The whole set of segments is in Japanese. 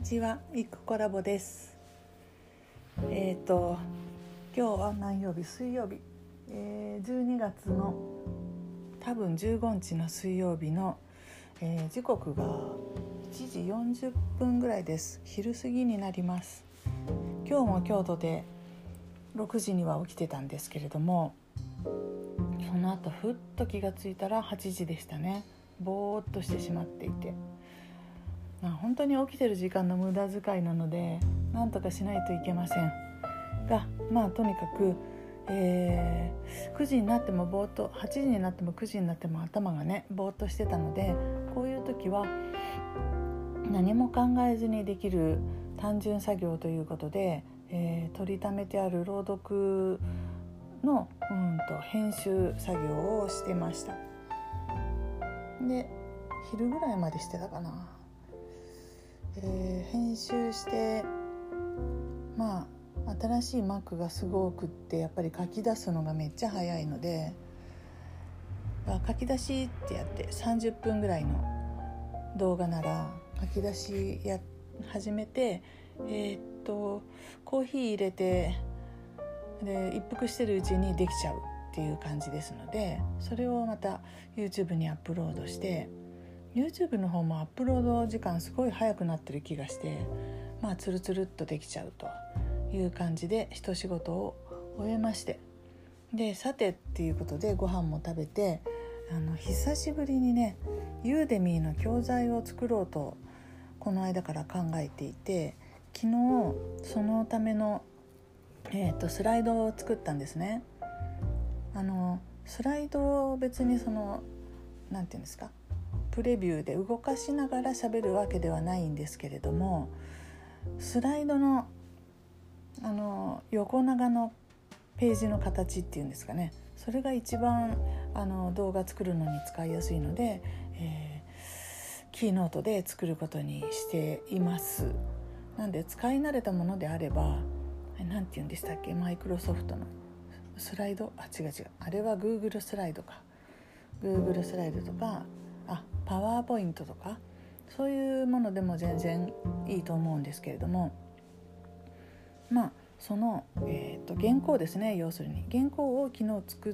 ちは、イクコラボです。今日は何曜日？水曜日、12月の多分15日の水曜日の、時刻が1時40分ぐらいです。昼過ぎになります。今日も京都で6時には起きてたんですけれども、その後ふっと気がついたら8時でしたね。ぼーっとしてしまっていて、本当に起きてる時間の無駄遣いなのでなんとかしないといけませんが、とにかく、9時になってもぼーっと、8時になっても9時になっても頭がねぼーっとしてたので、こういう時は何も考えずにできる単純作業ということで、取りためてある朗読の編集作業をしてました。で、昼ぐらいまでしてたかな。編集して新しい Mac がすごくってやっぱり書き出すのがめっちゃ早いので、書き出しってやって30分ぐらいの動画なら書き出し始めて、コーヒー入れてで一服してるうちにできちゃうっていう感じですので、それをまた YouTube にアップロードして、YouTube の方もアップロード時間すごい早くなってる気がして、つるつるっとできちゃうという感じで一仕事を終えまして、でさてっていうことでご飯も食べて、久しぶりにねユーデミーの教材を作ろうとこの間から考えていて、昨日そのための、スライドを作ったんですね。スライドを別になんていうんですか、プレビューで動かしながら喋るわけではないんですけれども、スライドの横長のページの形っていうんですかね、それが一番動画作るのに使いやすいので、キーノートで作ることにしています。なんで使い慣れたものであれば、なんて言うんでしたっけ、マイクロソフトのスライド、違うあれは Google スライドか、 Google スライドとかパワーポイントとかそういうものでも全然いいと思うんですけれども、その、原稿ですね。要するに原稿を昨日作って、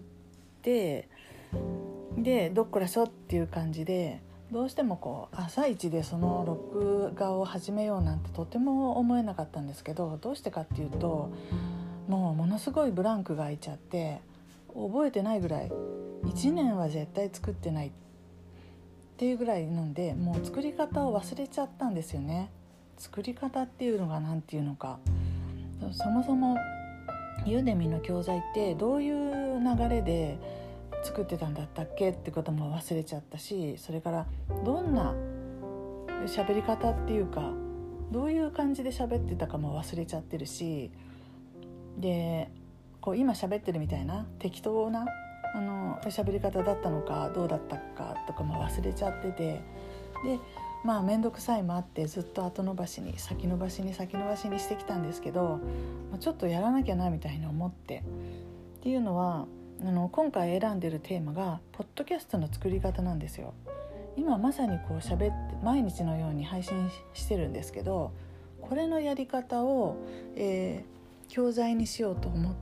でどっこらしょっていう感じで、どうしても朝一でその録画を始めようなんてとても思えなかったんですけど、どうしてかっていうと、ものすごいブランクが空いちゃって覚えてないぐらい、1年は絶対作ってないっていうぐらいなんで、もう作り方を忘れちゃったんですよね。作り方っていうのがなんていうのか、そもそもユーデミの教材ってどういう流れで作ってたんだったっけってことも忘れちゃったし、それからどんな喋り方っていうか、どういう感じで喋ってたかも忘れちゃってるし、で今喋ってるみたいな適当な喋り方だったのかどうだったかとかも忘れちゃってて、でめんどくさいもあってずっと後延ばしに先延ばしにしてきたんですけど、ちょっとやらなきゃなみたいに思って、っていうのは今回選んでるテーマがポッドキャストの作り方なんですよ。今まさに喋って毎日のように配信してるんですけど、これのやり方を、教材にしようと思って、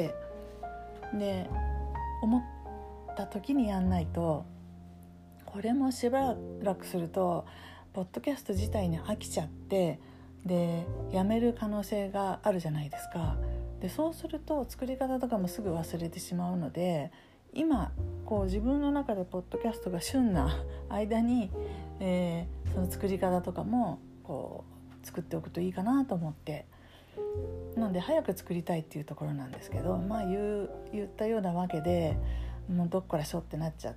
で思った時にやんないと、これもしばらくするとポッドキャスト自体に飽きちゃって、でやめる可能性があるじゃないですか。でそうすると作り方とかもすぐ忘れてしまうので、今自分の中でポッドキャストが旬な間に、その作り方とかも作っておくといいかなと思って、なんで早く作りたいっていうところなんですけど、言ったようなわけでもうどっからしょってなっちゃって、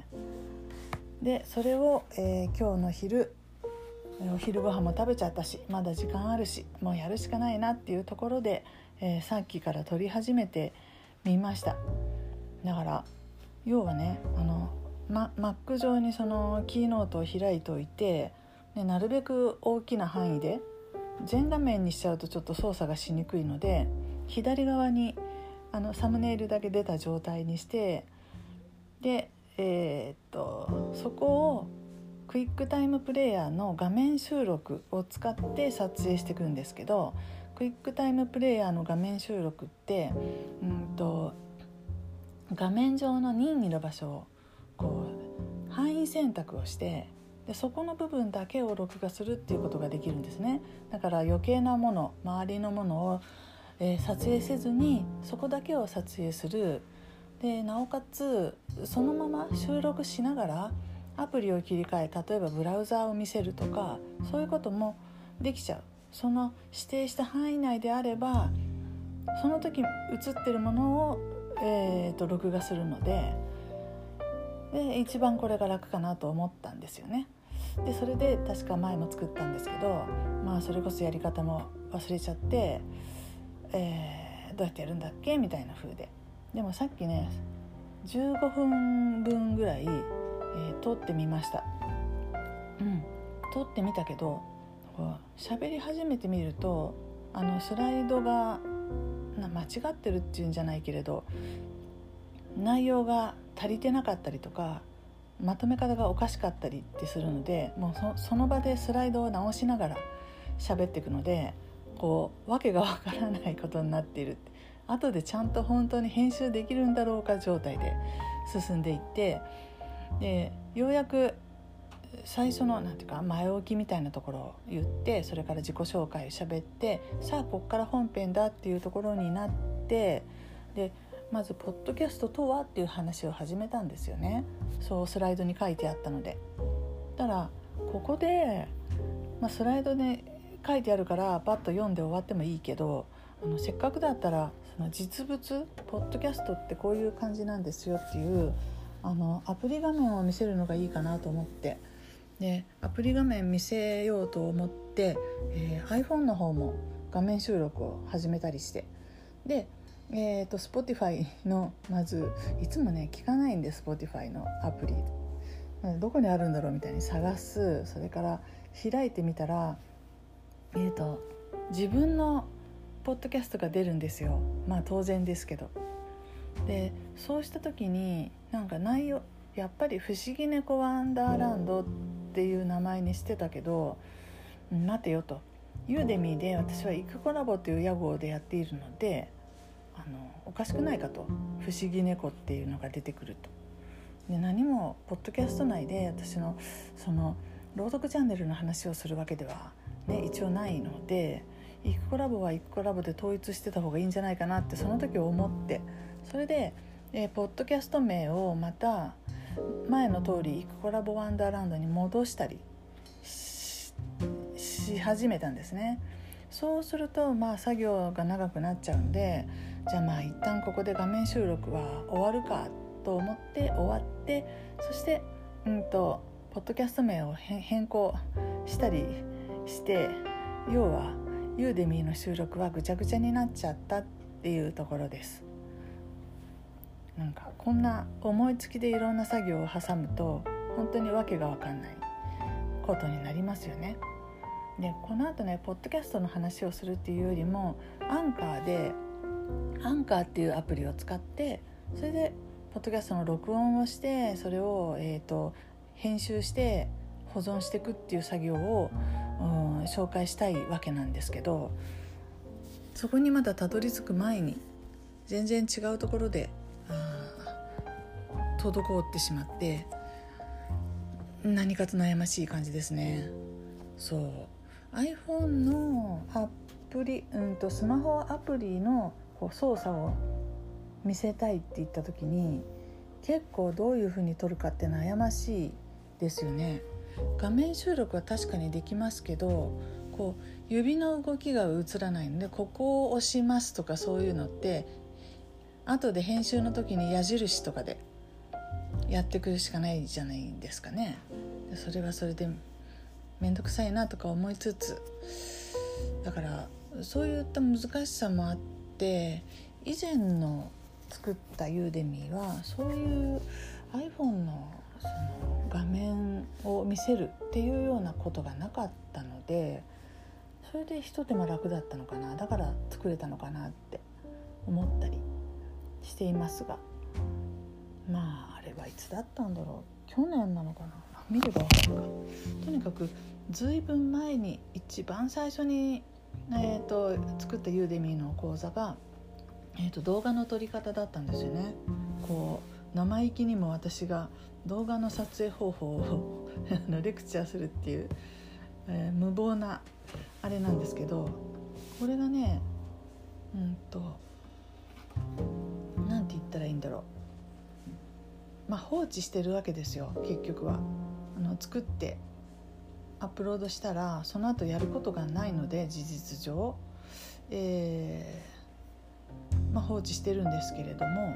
でそれを、今日のお昼ご飯も食べちゃったし、まだ時間あるし、もうやるしかないなっていうところで、さっきから撮り始めてみました。だから要はね、Mac 上にそのキーノートを開いておいて、なるべく大きな範囲で全画面にしちゃうとちょっと操作がしにくいので、左側にサムネイルだけ出た状態にして、でそこをクイックタイムプレイヤーの画面収録を使って撮影していくんですけど、クイックタイムプレイヤーの画面収録って画面上の任意の場所をこう範囲選択をして、でそこの部分だけを録画するっていうことができるんですね。だから余計なもの、周りのものを、撮影せずにそこだけを撮影する。でなおかつそのまま収録しながらアプリを切り替え、例えばブラウザーを見せるとか、そういうこともできちゃう。その指定した範囲内であればその時映ってるものを、録画するので、一番これが楽かなと思ったんですよね。でそれで確か前も作ったんですけど、それこそやり方も忘れちゃって、どうやってやるんだっけみたいな風で、でもさっきね15分分ぐらい、撮ってみました。撮ってみたけど、喋り始めてみるとスライドが間違ってるっていうんじゃないけれど、内容が足りてなかったりとか、まとめ方がおかしかったりってするので、もう その場でスライドを直しながら喋っていくので、わけがわからないことになっている。後でちゃんと本当に編集できるんだろうか状態で進んでいって、でようやく最初のなんていうか前置きみたいなところを言って、それから自己紹介を喋って、さあこっから本編だっていうところになって、でまずポッドキャストとはっていう話を始めたんですよね。そうスライドに書いてあったので、だからここで、スライドで書いてあるからパッと読んで終わってもいいけど、せっかくだったらその実物、ポッドキャストってこういう感じなんですよっていうアプリ画面を見せるのがいいかなと思って、でアプリ画面見せようと思って、iPhone の方も画面収録を始めたりして、でSpotify のまずいつもね聞かないんで、 Spotify のアプリどこにあるんだろうみたいに探す。それから開いてみたら、自分のポッドキャストが出るんですよ。当然ですけど。でそうした時に内容やっぱり不思議猫ワンダーランドっていう名前にしてたけど、待てよと、ユーデミーで私はイクコラボという屋号でやっているので、おかしくないかと、不思議猫っていうのが出てくると。で何もポッドキャスト内で私のその朗読チャンネルの話をするわけでは、一応ないので、イクコラボはイクコラボで統一してた方がいいんじゃないかなってその時思って、それで、ポッドキャスト名をまた前の通りイクコラボワンダーランドに戻したり し始めたんですね。そうすると作業が長くなっちゃうんで、じゃあ一旦ここで画面収録は終わるかと思って終わって、そしてポッドキャスト名を変更したりして、要はユーデミーの収録はぐちゃぐちゃになっちゃったっていうところです。こんな思いつきでいろんな作業を挟むと本当にわけが分かんないことになりますよね。でこの後ねポッドキャストの話をするっていうよりも、アンカーっていうアプリを使って、それでポッドキャストの録音をして、それを、編集して保存していくっていう作業を、紹介したいわけなんですけど、そこにまだたどり着く前に全然違うところで滞ってしまって、何かと悩ましい感じですね。そう iPhone のアプリ、スマホアプリの操作を見せたいって言った時に、結構どういう風に撮るかって悩ましいですよね。画面収録は確かにできますけど、指の動きが映らないので、ここを押しますとかそういうのって後で編集の時に矢印とかでやってくるしかないじゃないですかね。それはそれでめんどくさいなとか思いつつ、だからそういった難しさもあって、以前の作ったユーデミーはそういう iPhone のその画面を見せるっていうようなことがなかったので、それで一手間楽だったのかな、だから作れたのかなって思ったりしていますが、あれはいつだったんだろう、去年なのかな、 見ればわかるか。とにかくずいぶん前に一番最初に、作ったユーデミーの講座が、動画の撮り方だったんですよね。こう生意気にも私が動画の撮影方法をレクチャーするっていう、無謀なあれなんですけど、これがねなんて言ったらいいんだろう、放置してるわけですよ。結局は作ってアップロードしたらその後やることがないので、事実上、放置してるんですけれども、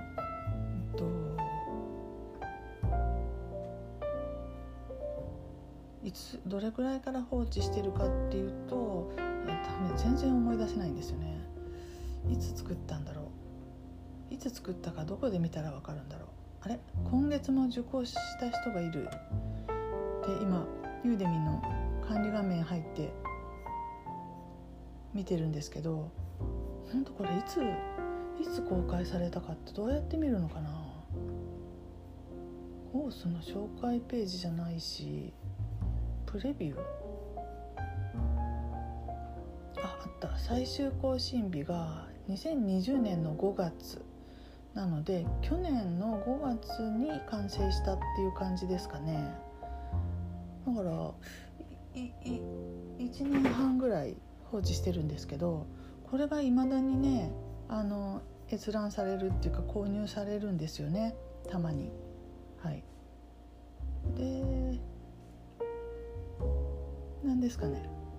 どれくらいから放置してるかっていうと、全然思い出せないんですよね。いつ作ったんだろう、いつ作ったかどこで見たら分かるんだろう。あれ、今月も受講した人がいるで、今ユーデミの管理画面入って見てるんですけど、ほんとこれいつ公開されたかってどうやって見るのかな。コースの紹介ページじゃないし、プレビュー、あった。最終更新日が2020年の5月なので、去年の5月に完成したっていう感じですかね。だから1年半ぐらい放置してるんですけど、これが未だにね閲覧されるっていうか購入されるんですよね、たまに。はい。で、なんですかね。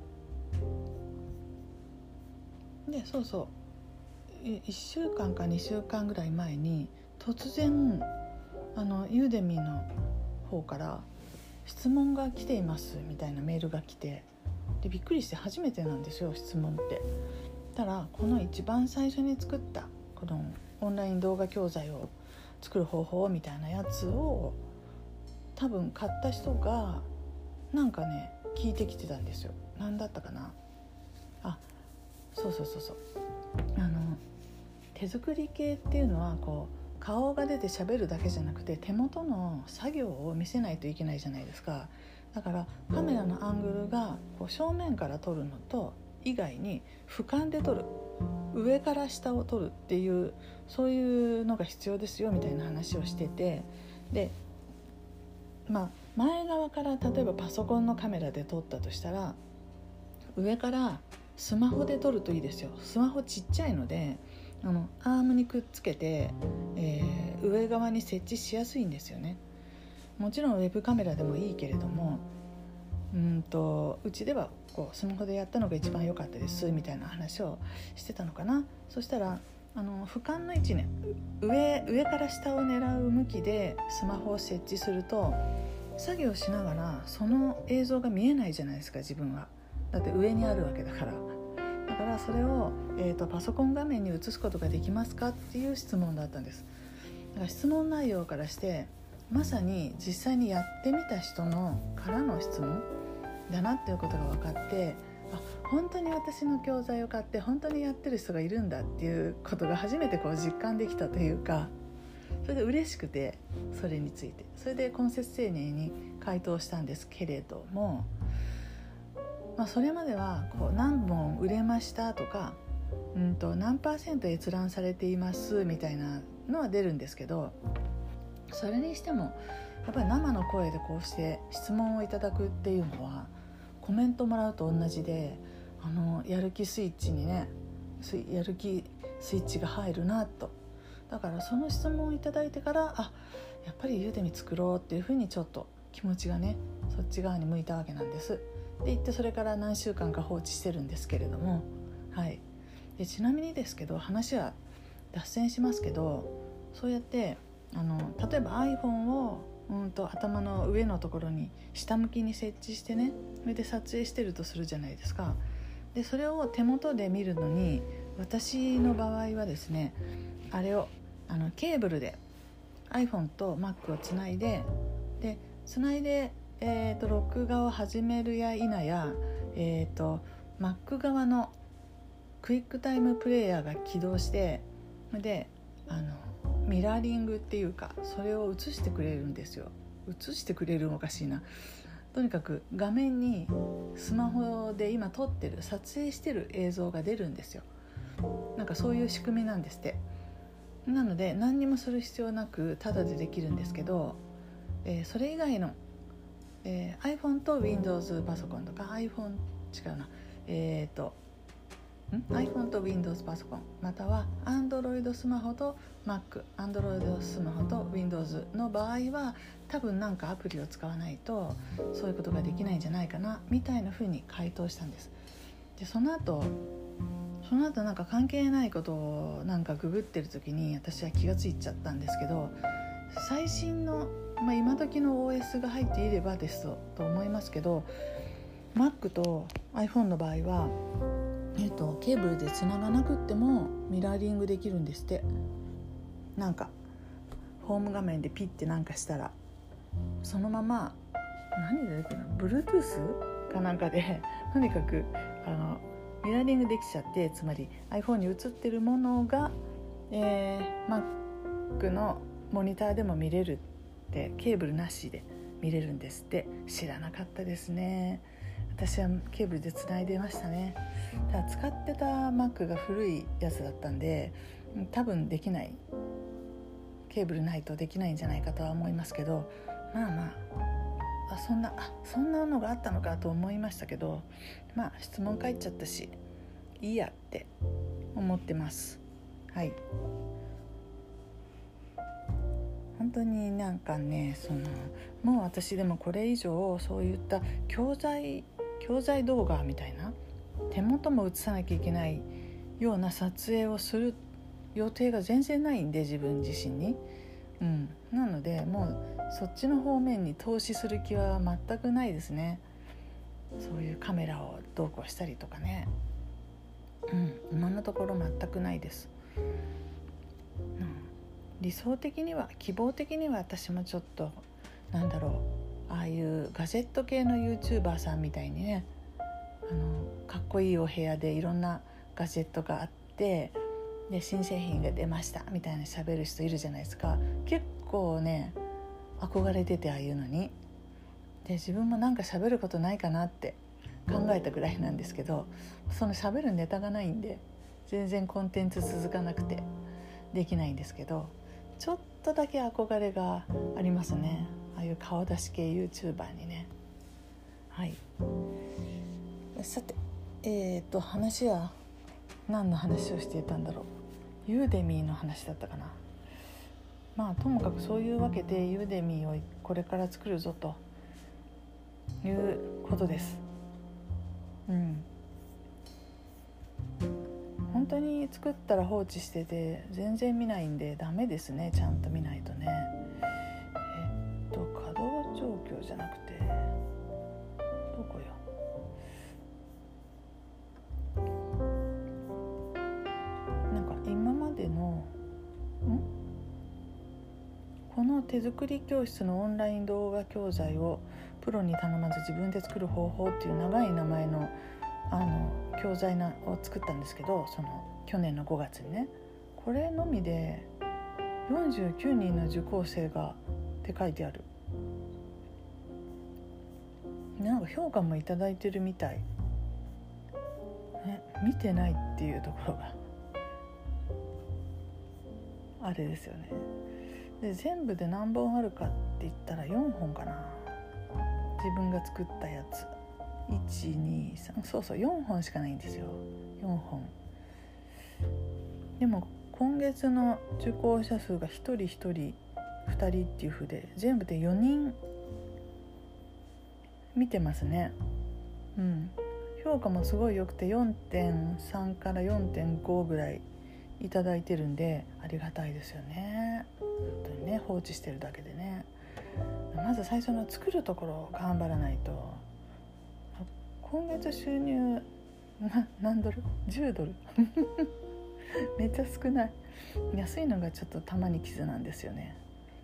で、そうそう1週間か2週間ぐらい前に突然ユーデミーの方から質問が来ていますみたいなメールが来て、でびっくりして、初めてなんですよ質問って。たらこの一番最初に作ったこのオンライン動画教材を作る方法みたいなやつを多分買った人がなんかね聞いてきてたんですよ。何だったかな。そう手作り系っていうのはこう顔が出て喋るだけじゃなくて手元の作業を見せないといけないじゃないですか。だからカメラのアングルがこう正面から撮るのと以外に俯瞰で撮る、上から下を撮るっていう、そういうのが必要ですよみたいな話をしてて、で前側から例えばパソコンのカメラで撮ったとしたら、上からスマホで撮るといいですよ。スマホちっちゃいのでアームにくっつけて、上側に設置しやすいんですよね。もちろんウェブカメラでもいいけれども、うちではこうスマホでやったのが一番良かったですみたいな話をしてたのかな。そしたら俯瞰の位置ね、上から下を狙う向きでスマホを設置すると、作業しながらその映像が見えないじゃないですか、自分は。だって上にあるわけだから。だからそれを、パソコン画面に映すことができますかっていう質問だったんです。だから質問内容からしてまさに実際にやってみた人のからの質問だなっていうことが分かって、本当に私の教材を買って本当にやってる人がいるんだっていうことが初めてこう実感できたというか、それで嬉しくて、それについてそれで根節丁寧に回答したんですけれども、それまではこう何本売れましたとか、何%閲覧されていますみたいなのは出るんですけど、それにしてもやっぱり生の声でこうして質問をいただくっていうのはコメントもらうと同じで、やる気スイッチにね、やる気スイッチが入るなと。だからその質問をいただいてから、やっぱりユーデミ作ろうっていうふうにちょっと気持ちがねそっち側に向いたわけなんです。で言って、それから何週間か放置してるんですけれども、はい。でちなみにですけど、話は脱線しますけど、そうやって例えば iPhone を頭の上のところに下向きに設置してね、それで撮影してるとするじゃないですか。でそれを手元で見るのに、私の場合はですね、あれをケーブルで iPhone と Mac をつないで、録画を始めるや否や、Mac 側のクイックタイムプレイヤーが起動して、でミラーリングっていうか、それを映してくれるんですよ。 映してくれるおかしいな。とにかく画面にスマホで今撮ってる撮影してる映像が出るんですよ。なんかそういう仕組みなんですって。なので何にもする必要なくタダでできるんですけど、それ以外の、iPhone と Windows パソコンとか iPhone 違うなiPhone と Windows パソコンまたは Android スマホと Mac、Android スマホと Windows の場合は多分なんかアプリを使わないとそういうことができないんじゃないかなみたいな風に回答したんです。でその後なんか関係ないことをなんかググってる時に私は気がついちゃったんですけど、最新の、今時の OS が入っていればですと思いますけど Mac と iPhone の場合はケーブルでつながなくってもミラーリングできるんですって。なんかホーム画面でピッてなんかしたらそのまま何で出てくるの Bluetooth かなんかでとにかくミラーリングできちゃって、つまり iPhone に映ってるものが、Mac のモニターでも見れるってケーブルなしで見れるんですって。知らなかったですね。私はケーブルでつないでましたね。ただ使ってた Mac が古いやつだったんで多分できない、ケーブルないとできないんじゃないかとは思いますけど、そんなのがあったのかと思いましたけど、質問書いちゃったしいいやって思ってます。はい。本当になんかね、もう私でもこれ以上そういった教材動画みたいな手元も映さなきゃいけないような撮影をする予定が全然ないんで、自分自身に、なのでもうそっちの方面に投資する気は全くないですね。そういうカメラをどうこうしたりとかね、今のところ全くないです。理想的には希望的には私もちょっとああいうガジェット系の YouTuber さんみたいにね、かっこいいお部屋でいろんなガジェットがあって、で新製品が出ましたみたいな喋る人いるじゃないですか。結構ね憧れてて、ああいうのにで自分もなんか喋ることないかなって考えたぐらいなんですけど、その喋るネタがないんで全然コンテンツ続かなくてできないんですけど、ちょっとだけ憧れがありますね、ああいう顔出し系 YouTuber にね。はい。さて話は何の話をしていたんだろう。ユーデミーの話だったかな。ともかくそういうわけでユーデミーをこれから作るぞということです。本当に作ったら放置してて全然見ないんでダメですね。ちゃんと見ないとね。稼働状況じゃなくてどこよ。今までのこの手作り教室のオンライン動画教材をプロに頼まず自分で作る方法っていう長い名前の教材を作ったんですけど、去年の5月にね、これのみで49人の受講生がって書いてある。なんか評価もいただいてるみたい、見てないっていうところがあれですよね。で全部で何本あるかって言ったら4本かな。自分が作ったやつ123そう4本しかないんですよ。4本でも今月の受講者数が1人1人2人っていう風で全部で4人見てますね。評価もすごい良くて 4.3 から 4.5 ぐらいいただいてるんでありがたいですよね。本当にね、放置してるだけでね。まず最初の作るところを頑張らないと。今月収入何ドル ?10 ドルめっちゃ少ない。安いのがちょっと玉に傷なんですよね。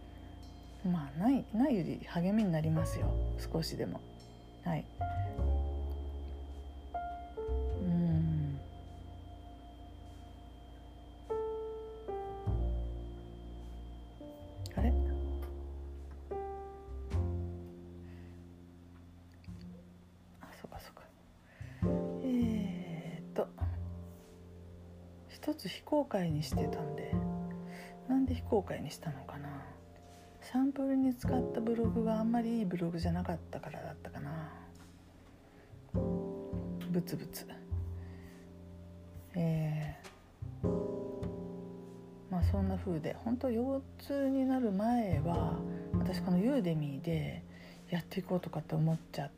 ないより励みになりますよ、少しでも。はい。あれ一つ非公開にしてたんで、なんで非公開にしたのかな。サンプルに使ったブログがあんまりいいブログじゃなかったからだったかな。ブツブツ。まあそんな風で、本当腰痛になる前は私このユーデミーでやっていこうとかって思っちゃって、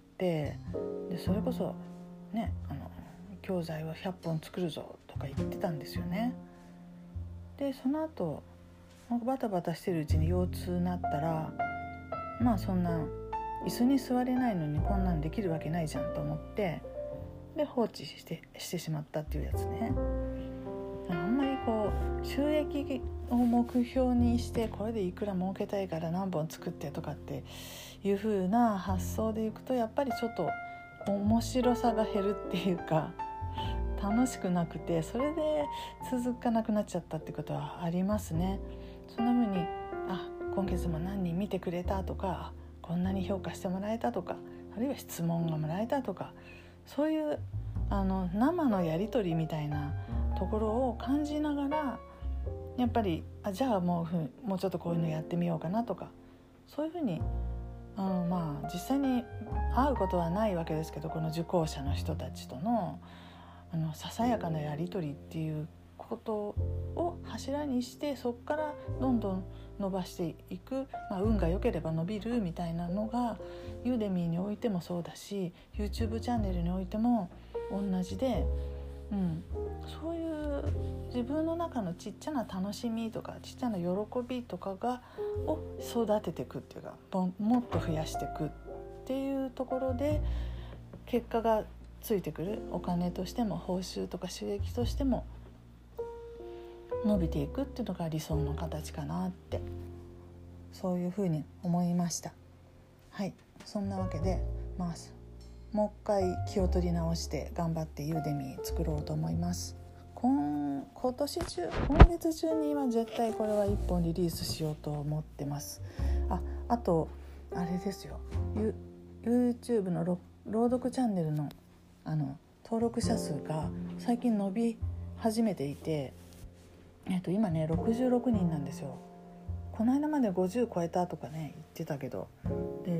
でそれこそね、教材を100本作るぞとか言ってたんですよね。でその後なんかバタバタしてるうちに腰痛になったら、まあそんな椅子に座れないのにこんなんできるわけないじゃんと思って、で放置してしまったっていうやつね。あんまりこう収益を目標にしてこれでいくら儲けたいから何本作ってとかっていう風な発想でいくと、やっぱりちょっと面白さが減るっていうか、楽しくなくて、それで続かなくなっちゃったってことはありますね。そんな風に今月も何人見てくれたとか、こんなに評価してもらえたとか、あるいは質問がもらえたとか、そういう生のやり取りみたいなところを感じながら、やっぱりじゃあもうちょっとこういうのやってみようかなとか、そういうふうにまあ実際に会うことはないわけですけど、この受講者の人たちとのささやかなやり取りっていうことを柱にして、そこからどんどん伸ばしていく、運が良ければ伸びるみたいなのがユーデミーにおいてもそうだし、 YouTube チャンネルにおいても同じで、そういう自分の中のちっちゃな楽しみとかちっちゃな喜びとかを育てていくっていうか、もっと増やしていくっていうところで結果がついてくる、お金としても報酬とか収益としても伸びていくっていうのが理想の形かなって、そういうふうに思いました。はい、そんなわけで、もう一回気を取り直して頑張ってユーデミー作ろうと思います。今月中には絶対これは1本リリースしようと思ってます。あとあれですよ、YouTube の朗読チャンネルの登録者数が最近伸び始めていて、今ね66人なんですよ。この間まで50超えたとかね言ってたけど、で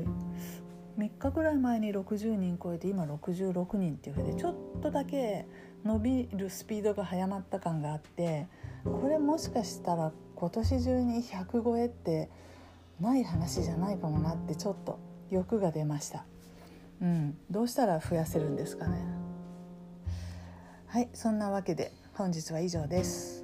3日ぐらい前に60人超えて今66人っていう風で、ちょっとだけ伸びるスピードが早まった感があって、これもしかしたら今年中に100超えってない話じゃないかもなってちょっと欲が出ました。どうしたら増やせるんですかね。はい、そんなわけで本日は以上です。